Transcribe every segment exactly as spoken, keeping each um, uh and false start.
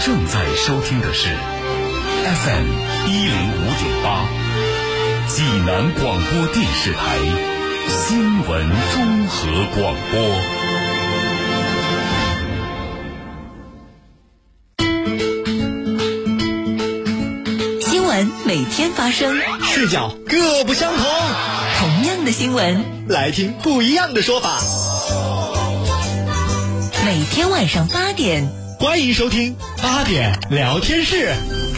正在收听的是 F M 一零五点八，济南广播电视台新闻综合广播。 新闻每天发生， 视角各不相同。 同样的新闻， 来听不一样的说法。 每天晚上八点， 欢迎收听八点聊天室。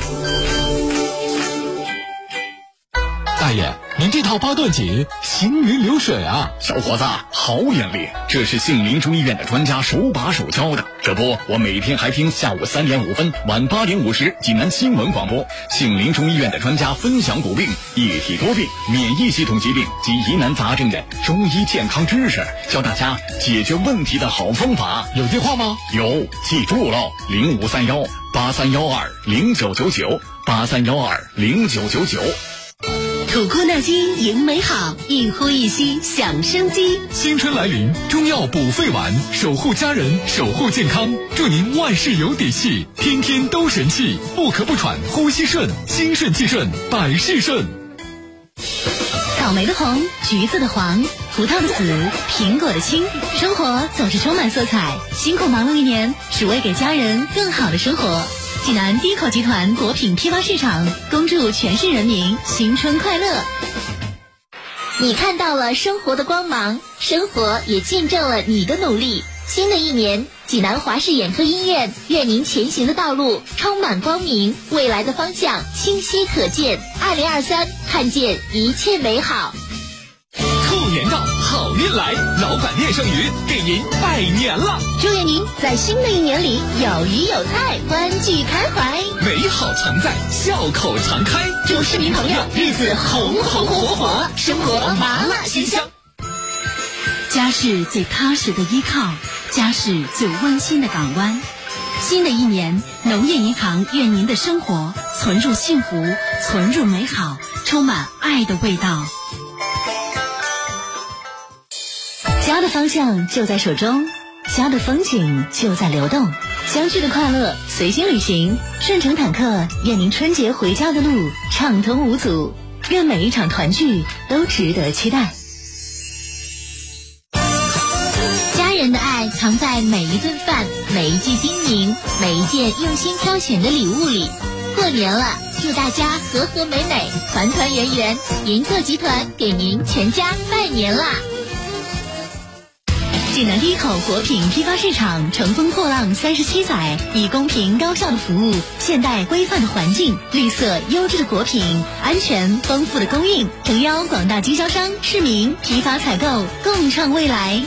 大爷，您这套八段锦行云流水啊！ 小伙子，好眼力，这是杏林中医院的专家手把手教的。这不，我每天还听下午三点五分、晚八点五十济南新闻广播，杏林中医院的专家分享骨病、一体多病、免疫系统疾病及疑难杂症的中医健康知识，教大家解决问题的好方法。 有电话吗？ 有，记住了，零五三幺八三幺二零九九九八三幺二零九九九。 土库纳金迎美好，一呼一吸享生机。 新春来临，中药补肺丸，守护家人，守护健康，祝您万事有底气，天天都神气，不咳不喘，呼吸顺，心顺气顺，百事顺。 草莓的红，橘子的黄，葡萄的紫，苹果的青，生活总是充满色彩。辛苦忙碌一年，只为给家人更好的生活。济南低口集团果品批发市场，恭祝全市人民新春快乐。你看到了生活的光芒，生活也见证了你的努力。新的一年，济南华视眼科医院愿您前行的道路充满光明，未来的方向清晰可见。二零二三，看见一切美好。 兔年到，好运来，老板面生鱼给您拜年了， 祝愿您在新的一年里有鱼有菜，欢聚开怀， 美好常在，笑口常开。 祝市民朋友日子红红火火，生活麻辣鲜香。家是最踏实的依靠，家是最温馨的港湾。新的一年，农业银行愿您的生活存入幸福，存入美好，充满爱的味道。家的方向就在手中，家的风景就在流动，相聚的快乐随心旅行。顺城坦克愿您春节回家的路畅通无阻，愿每一场团聚都值得期待。家人的爱藏在每一顿饭，每一句叮咛，每一件用心挑选的礼物里。过年了，祝大家和和美美，团团圆圆。银客集团给您全家拜年啦！济南第一口果品批发市场乘风破浪三十七载，以公平高效的服务、现代规范的环境、绿色优质的果品、安全丰富的供应，诚邀广大经销商、市民批发采购，共创未来。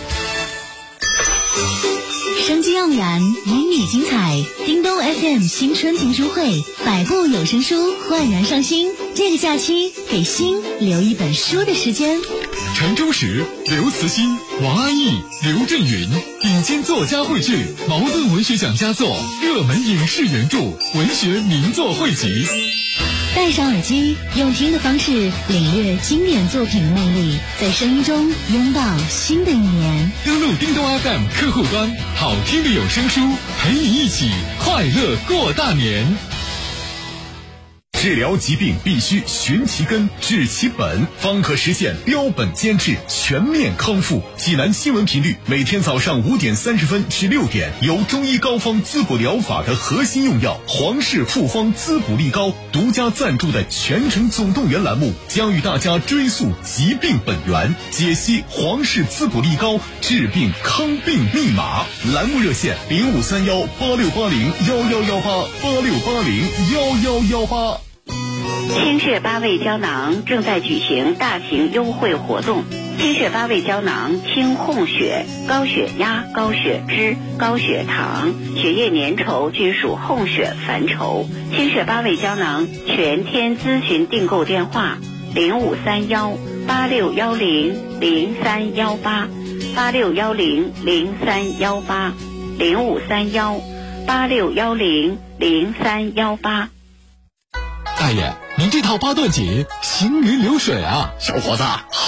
生机盎然，英语精彩，叮咚 F M 新春读书会，百部有声书焕然上新。这个假期，给心留一本书的时间。 陈忠实、刘慈欣、王安忆、刘震云顶尖作家汇聚，茅盾文学奖佳作、热门影视原著、文学名作汇集。 戴上耳机，用听的方式领略经典作品的魅力，在声音中拥抱新的一年。 登录叮咚 F M 客户端，好听的有声书陪你一起快乐过大年。 治疗疾病必须寻其根、治其本，方可实现标本兼治、全面康复。济南新闻频率每天早上五点三十分至六点，由中医膏方滋补疗法的核心用药皇氏复方滋补力膏独家赞助的全程总动员栏目，将与大家追溯疾病本源，解析皇氏滋补力膏治病康病密码。栏目热线零五三幺八六八零幺幺幺八八六八零幺幺幺八。 清血八味胶囊正在举行大型优惠活动。清血八味胶囊清烘血，高血压、高血脂、高血糖、血液粘稠均属烘血范畴。清血八味胶囊全天咨询订购电话零五三幺八六幺零零三幺八八六幺零零三幺八零五三幺八六幺零零三幺八。 大爷，您这套八段锦行云流水啊！ 小伙子，好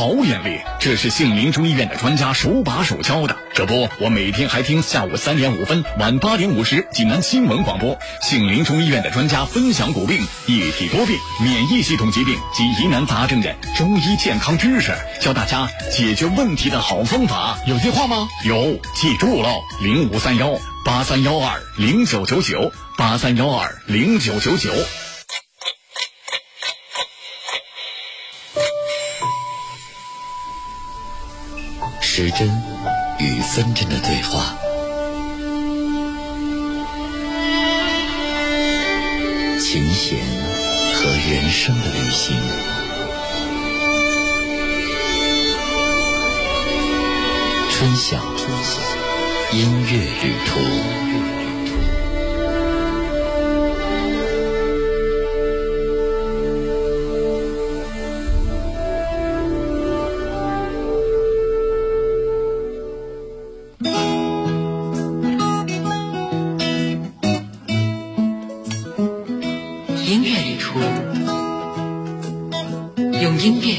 好眼力，这是杏林中医院的专家手把手教的。这不，我每天还听下午三点五分、晚八点五十济南新闻广播，杏林中医院的专家分享骨病、一体多病、免疫系统疾病及疑难杂症的中医健康知识，教大家解决问题的好方法。 有电话吗？ 有，记住了，零五三幺八三幺二零九九九八三幺二零九九九。 时针与分针的对话，琴弦和人生的旅行，春晓音乐旅途。 音乐旅途，用音乐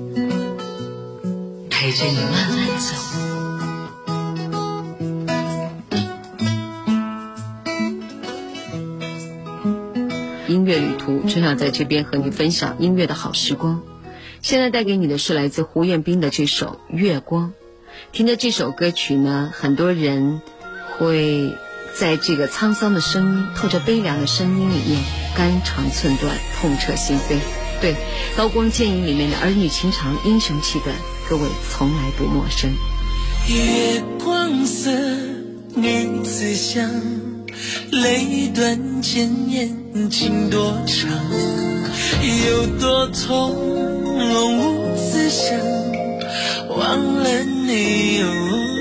陪着你慢慢走。音乐旅途，春晓在这边和你分享音乐的好时光。现在带给你的是来自胡彦斌的这首《月光》。听着这首歌曲呢，很多人会在这个沧桑的声音透着悲凉的声音里面肝肠寸断，痛彻心扉。对，刀光剑影里面的儿女情长、英雄气概，各位从来不陌生。 月光色女子香，泪断剑眼情多长，有多痛无自想，忘了你哦。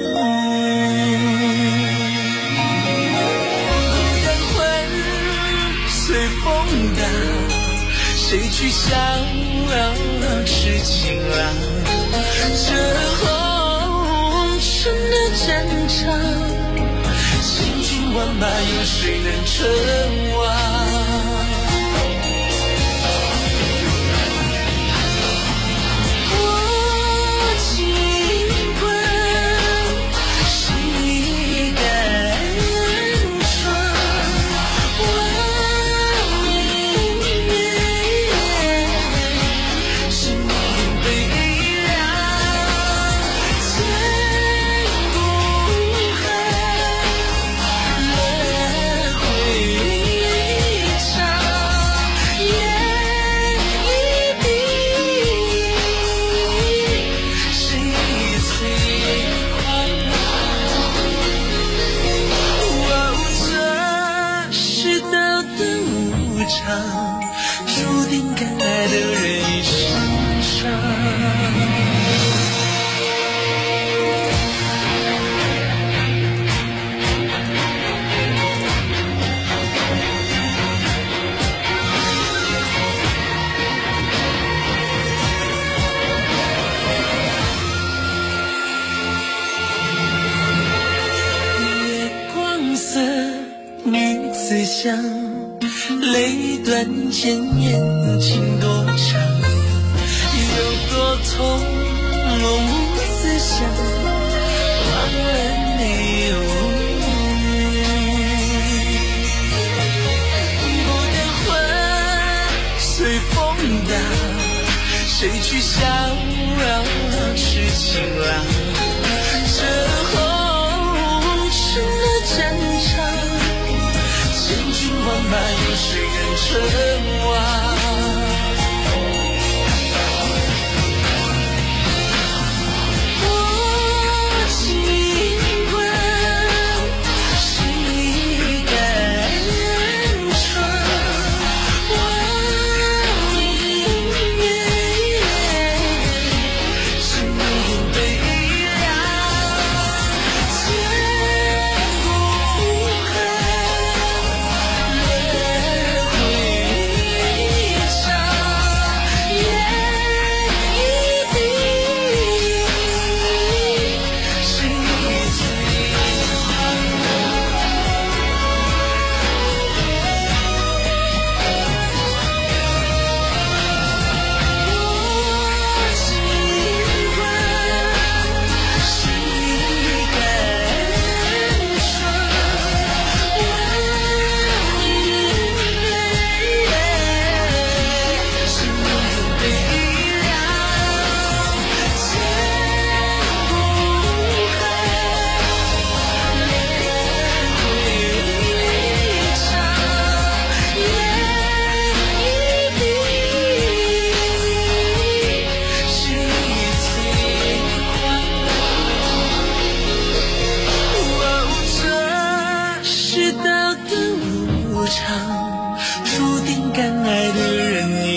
谁去笑痴情郎？这红尘的战场，千军万马有谁能称王？注定该爱的人已身上。月光色女子香，泪断剑眼情多长，有多痛我无自想，忘了你哦。不等魂随风荡，谁去笑痴情郎？这红尘的战场，千军万马有谁能称王？我尽管谁敢闯？我宁愿生命悲凉，千古恨。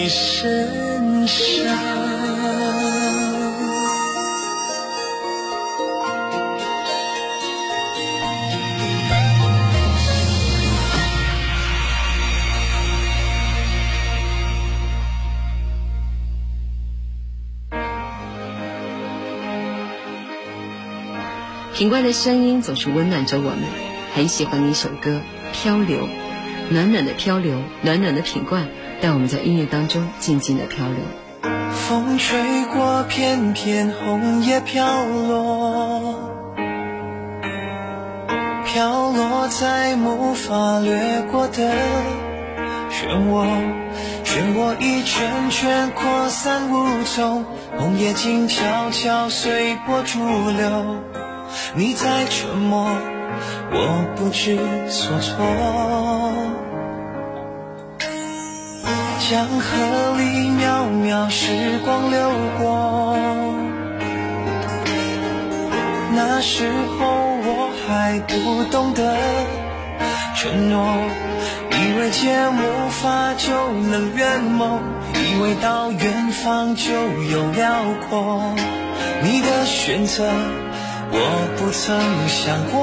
身上。 品冠的声音总是温暖着我们，很喜欢的一首歌《漂流》，暖暖的漂流，暖暖的品冠，带我们在音乐当中静静的漂流。 风吹过，片片红叶飘落，飘落在无法掠过的漩涡，漩涡一圈圈扩散无踪，红叶静悄悄随波逐流。你在沉默，我不知所措。江河里渺渺时光流过，那时候我还不懂得承诺，以为见无法就能圆梦，以为到远方就有辽阔。你的选择我不曾想过，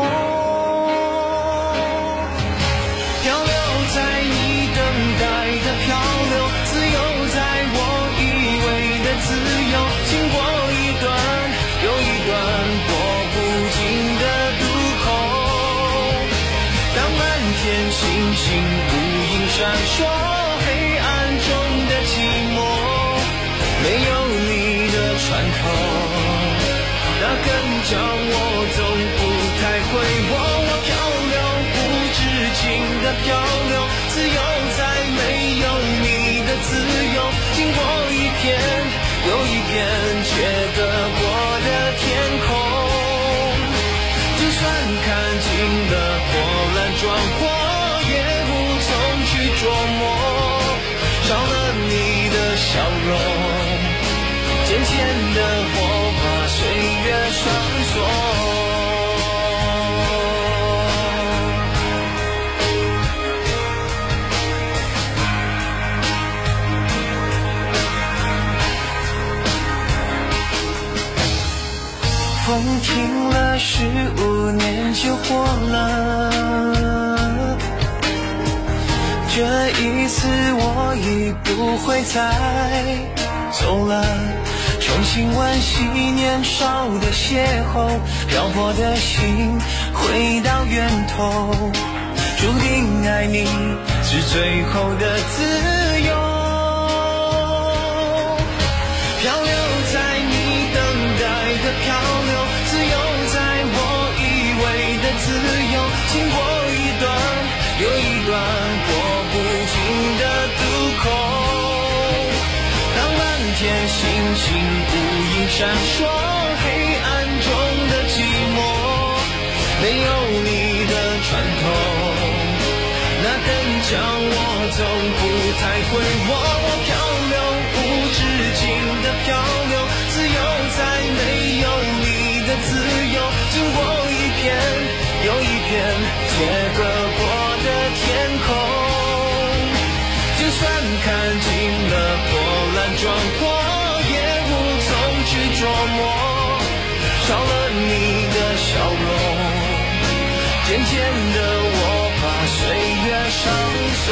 漂流在你等待的漂流，自由在我以为的自由，经过一段又一段拨不尽的渡口。当满天星星无影闪烁，黑暗中的寂寞，没有你的穿透，那更叫我总不太会我我漂流无止境的漂流，自由在没有你的自由，经过一片又一片却隔过的天空。就算看尽了波澜壮阔，也无从去琢磨，少了你的笑容，渐渐的火把岁月上锁。风停了十五年就过了，这一次我已不会再走了，重新惋惜年少的邂逅，漂泊的心回到源头，注定爱你是最后的自由。漂流在你等待的漂流，自由在我以为的自由，经过一段又一段拨不尽的渡口。当满天星星无影闪烁，黑暗中的寂寞，没有你的穿透，那更叫我总不太会我我漂流无止境的漂流，自由在没有你的自由，经过一片又一片切割过的天空。就算看尽了波澜壮阔，也无从去琢磨，少了你的笑容，渐渐的我把岁月上锁。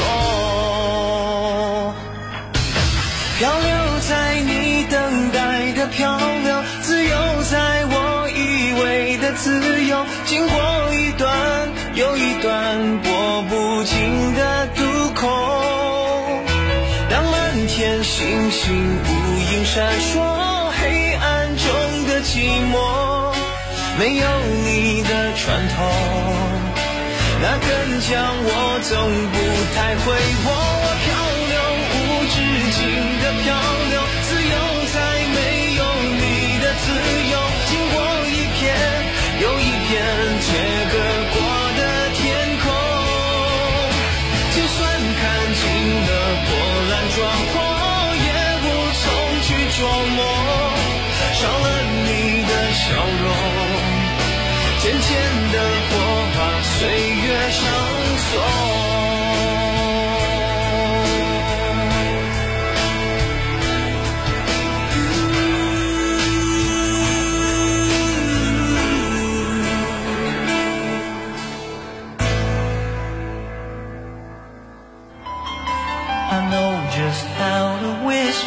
漂流在你等待的漂流，自由在我以为的自由，经过一段又一段拨不尽的渡口。当满天星星无影闪烁，黑暗中的寂寞，没有你的穿透，那更叫我总不太会我我漂流无止境的漂流，自由在没有你的自由，经过一片又一片切割过的天空。就算看尽了波澜壮阔，也无从去琢磨，少了你的笑容，渐渐的火把岁月上锁。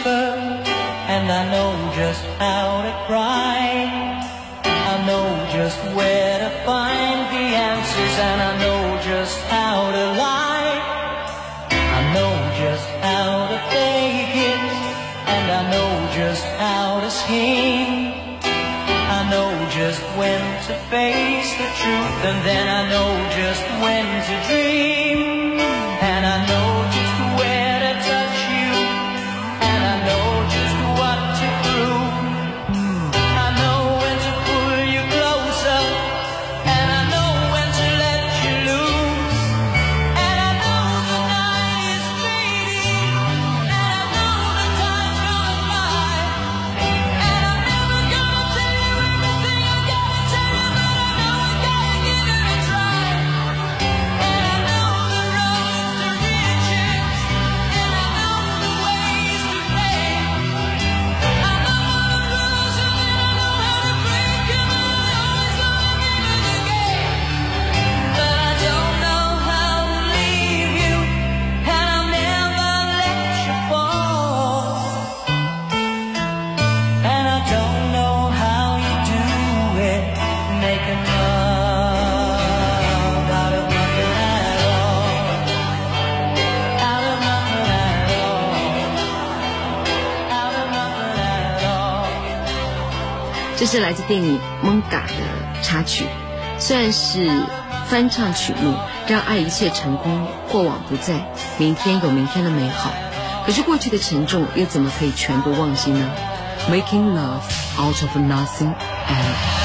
whisper, and I know just how to cry. I know just where to find the answers, and I know just how to lie. I know just how to fake it, and I know just how to scheme. I know just when to face the truth, and then I know just when to dream. And I know just where to touch you, and I know just what to prove. I know when to pull you closer, and I know when to let you loose. And I know the night is fading, and I know the time's gone by. And I'm never gonna tell you everything I gotta tell you, but I know I gotta give it a try. And I know the roads to riches, and I know the ways to fame. I know all the rules, and then I know how to break them, and I always gonna give it a game. But I don't know how to leave you, and I'll never let you fall. And I don't know how you do it, making love out of nothing at all. Out of nothing at all. Out of nothing at all. 这是来自电影《蒙嘎》的插曲，虽然是翻唱曲目，让爱一切成功，过往不再，明天有明天的美好。可是过去的沉重又怎么可以全部忘记呢？ Making love out of nothing at all。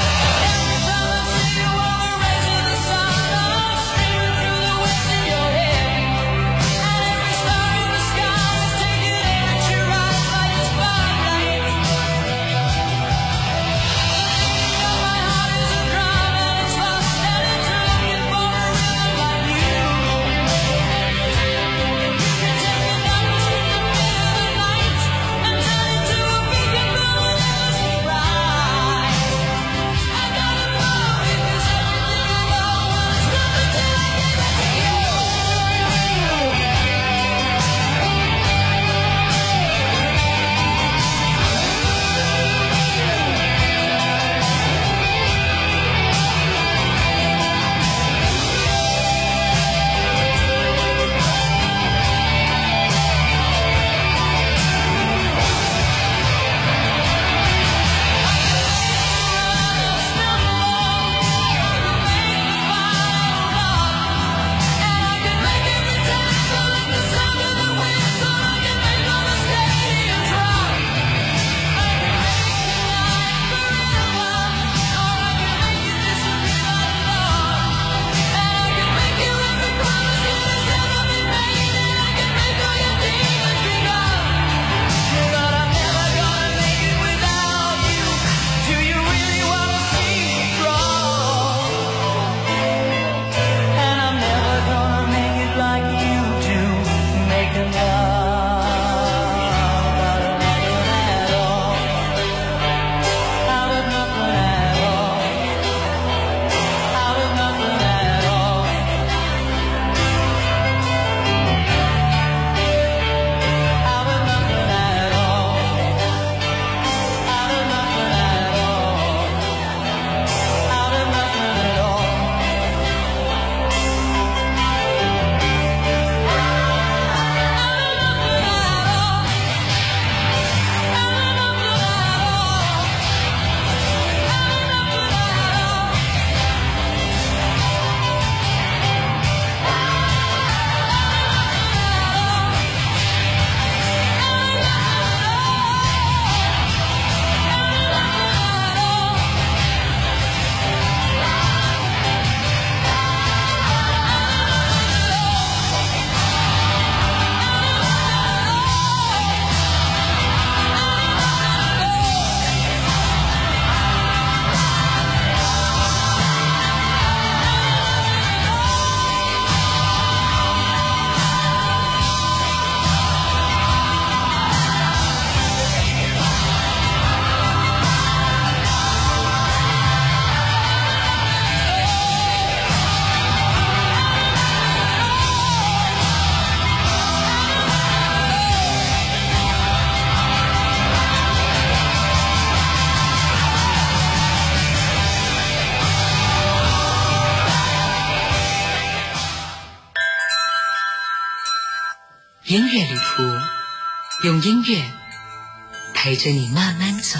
音乐旅途，用音乐陪着你慢慢走。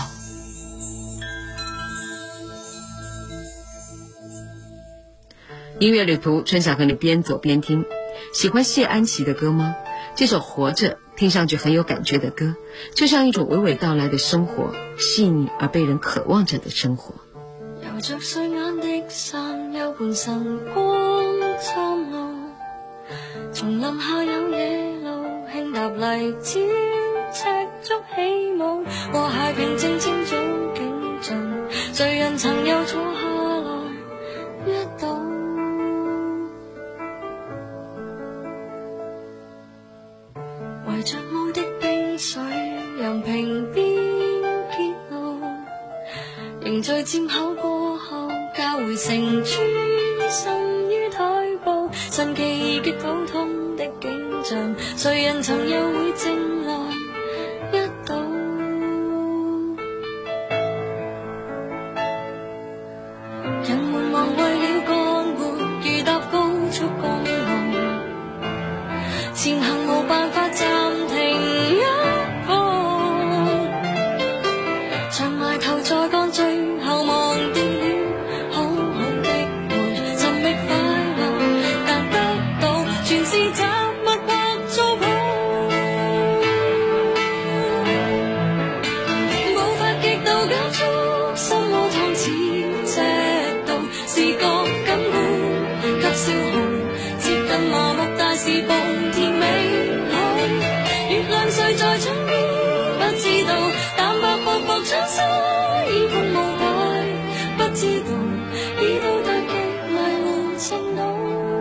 音乐旅途，春晓和你边走边听。喜欢谢安琪的歌吗？这首《活着》听上去很有感觉的歌，就像一种娓娓道来的生活，细腻而被人渴望着的生活。 游着睡眼的山，有盤晨光蒼露，叢林下有野路，輕踏泥沼，赤足起舞，和諧平靜漸早景盡，誰人曾又坐下來一睹？圍着霧的冰水，讓平邊結露，凝聚漸口過後，交回成珠，滲於腿部，神奇極普通的景象，誰人曾又會靜來一睹？人們忙為了趕活，如搭高速公路，前行無辦法暫停一步，長埋頭再趕，最後忘掉了好好的活，尋覓快樂，但得到全是雜物或糟粕，步伐極度減速，心窩痛似赤道，視覺感官給消耗，接近麻木大事步，甜美好，月亮睡在窗邊不知道，淡白薄薄窗紗已風無解，不知道已到達極迷糊程度。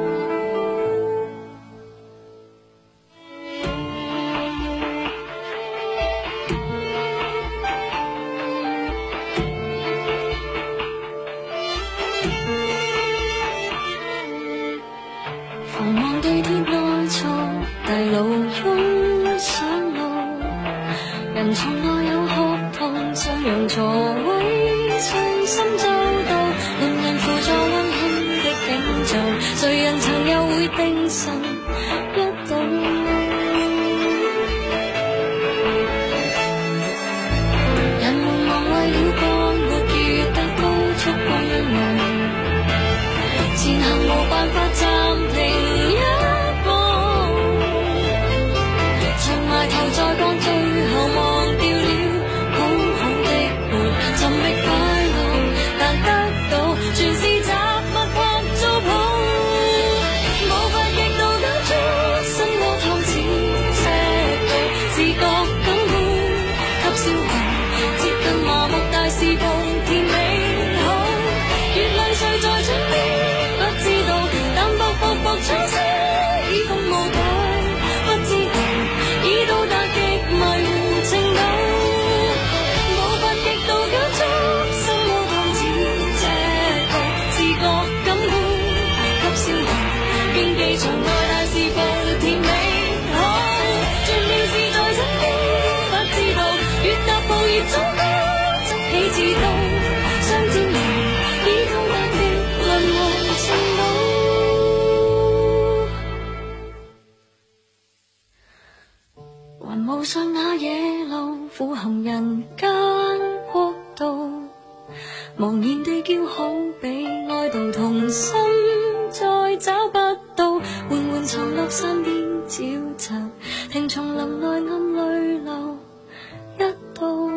繁忙地鐵內坐，遞路擁上路，人從來有學童上揚座位，隨心走到，鄰人輔助溫馨的景象，誰人曾又會定神一睹？人們忙為了趕活，如搭高速公路，前行無辦法暫停一步，長埋頭再趕，最後忘掉了好好的活，尋覓快樂，但得到全是雜物或糟粕，步伐極度減速，心窩痛似赤道，視覺感官給消耗，接近麻木大事步，甜美好，月亮睡在窗邊不知道，淡薄薄薄窗紗已風無解，不知道已到達極迷糊程度，步伐極度減速，心窩痛似赤道，視覺感官給消耗，競技場內大事步，甜美好，絕妙事在身邊不知道，越踏步越糟糕，執起刺刀，相煎熬已到達極淪落程度。還無上那野路，苦行人間國度，茫然地叫好比愛悼童心再找不到，緩緩藏落山邊沼澤，聽叢林內暗淚流一道。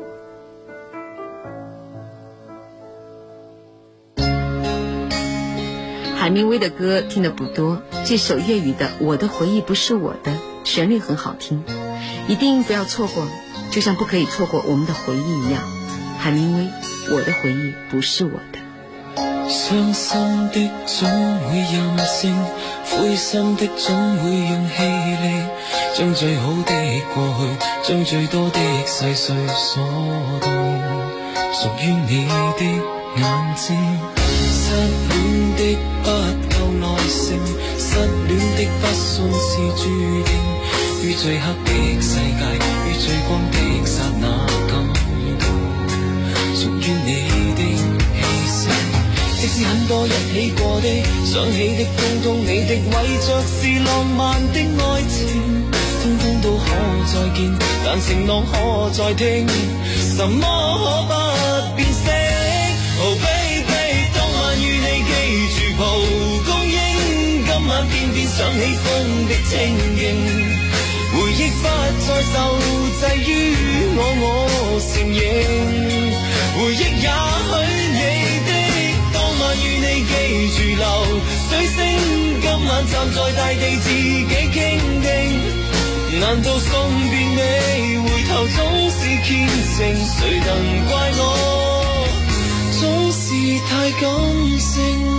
海明威的歌听得不多，这首粤语的《我的回忆不是我的》旋律很好听，一定不要错过，就像不可以错過我們的回憶一樣。海明威，我的回憶不是我的。 傷心的總會任性，灰心的總會用氣力，將最好的過去，將最多的細碎鎖到屬於你的眼睛。失戀的不夠耐性，失戀的不信是注定，於最黑的世界，於最光的剎那感到屬於你的氣息。即使很多日起過的，想起的通通你的，為着是浪漫的愛情。 通通都可再見，但承諾可再聽，什麼可不變色？ Oh baby， 當晚與你記住蒲公英，今晚偏偏想起風的清勁，回憶不再受制於我，我承認，回憶也許你的當晚與你記住流水聲，今晚站在大地自己傾聽，難道送別你回頭總是虔誠，誰能怪我總是太感性。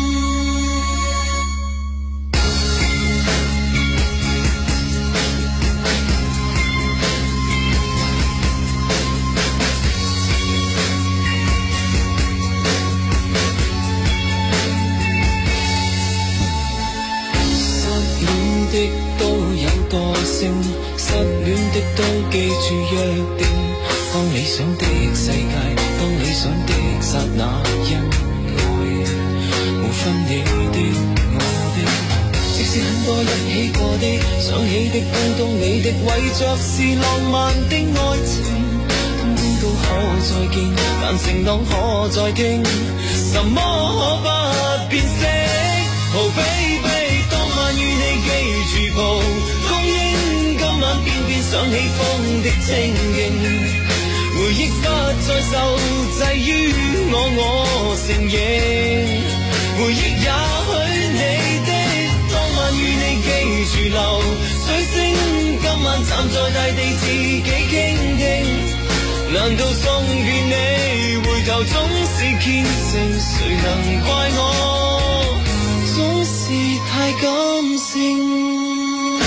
的都有惰性，失戀的都記住約定。當理想的世界，當理想的剎那，因愛無分你的我的。即使很多一起過的，想起的東東你的，為着是浪漫的愛情，通通都可再見，但承諾可再聽，什麼可不變色？ Oh baby， 當晚與你記住蒲公英，今晚偏偏想起風的清勁，回憶不再受制於我，我承認，回憶也許你的當晚與你記住流水聲，今晚站在大地自己傾聽，難道送別你回頭總是虔誠，誰能怪我總是太感性。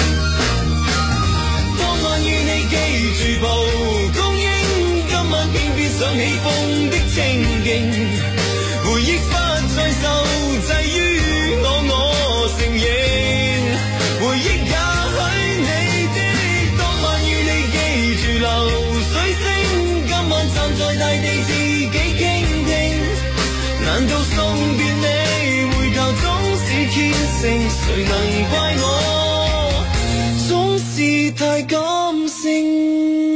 當晚與你記住蒲公英，今晚偏偏想起風的清勁，回憶不再受制於我，我承認，回憶也許你的當晚與你記住流水聲，今晚站在大地自己傾聽，難道送別你回頭總是虔誠，誰能怪我總是太感性。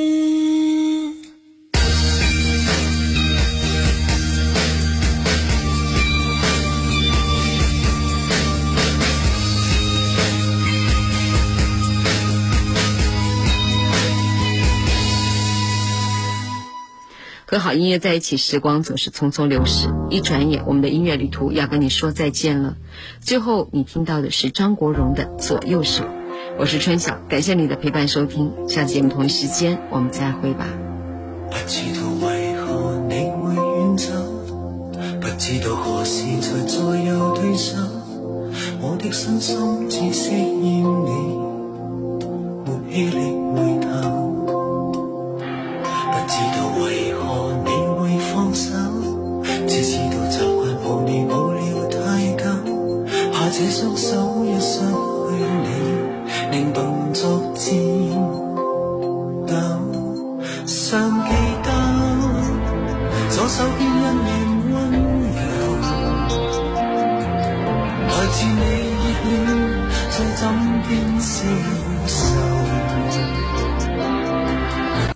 和好音乐在一起，时光总是匆匆流逝，一转眼我们的音乐旅途要跟你说再见了。最后你听到的是张国荣的左右手。我是春晓，感谢你的陪伴收听，下节目同一时间我们再会吧。 不知道為何你會遠走，不知道何時才再有對手，我的身心只適應你沒氣力回頭，不知道為何你會放手，只知道習慣無你無聊太久，怕這雙手一失去你，令動作顫抖。尚記得左手邊因你溫柔，來自你熱戀，再枕邊是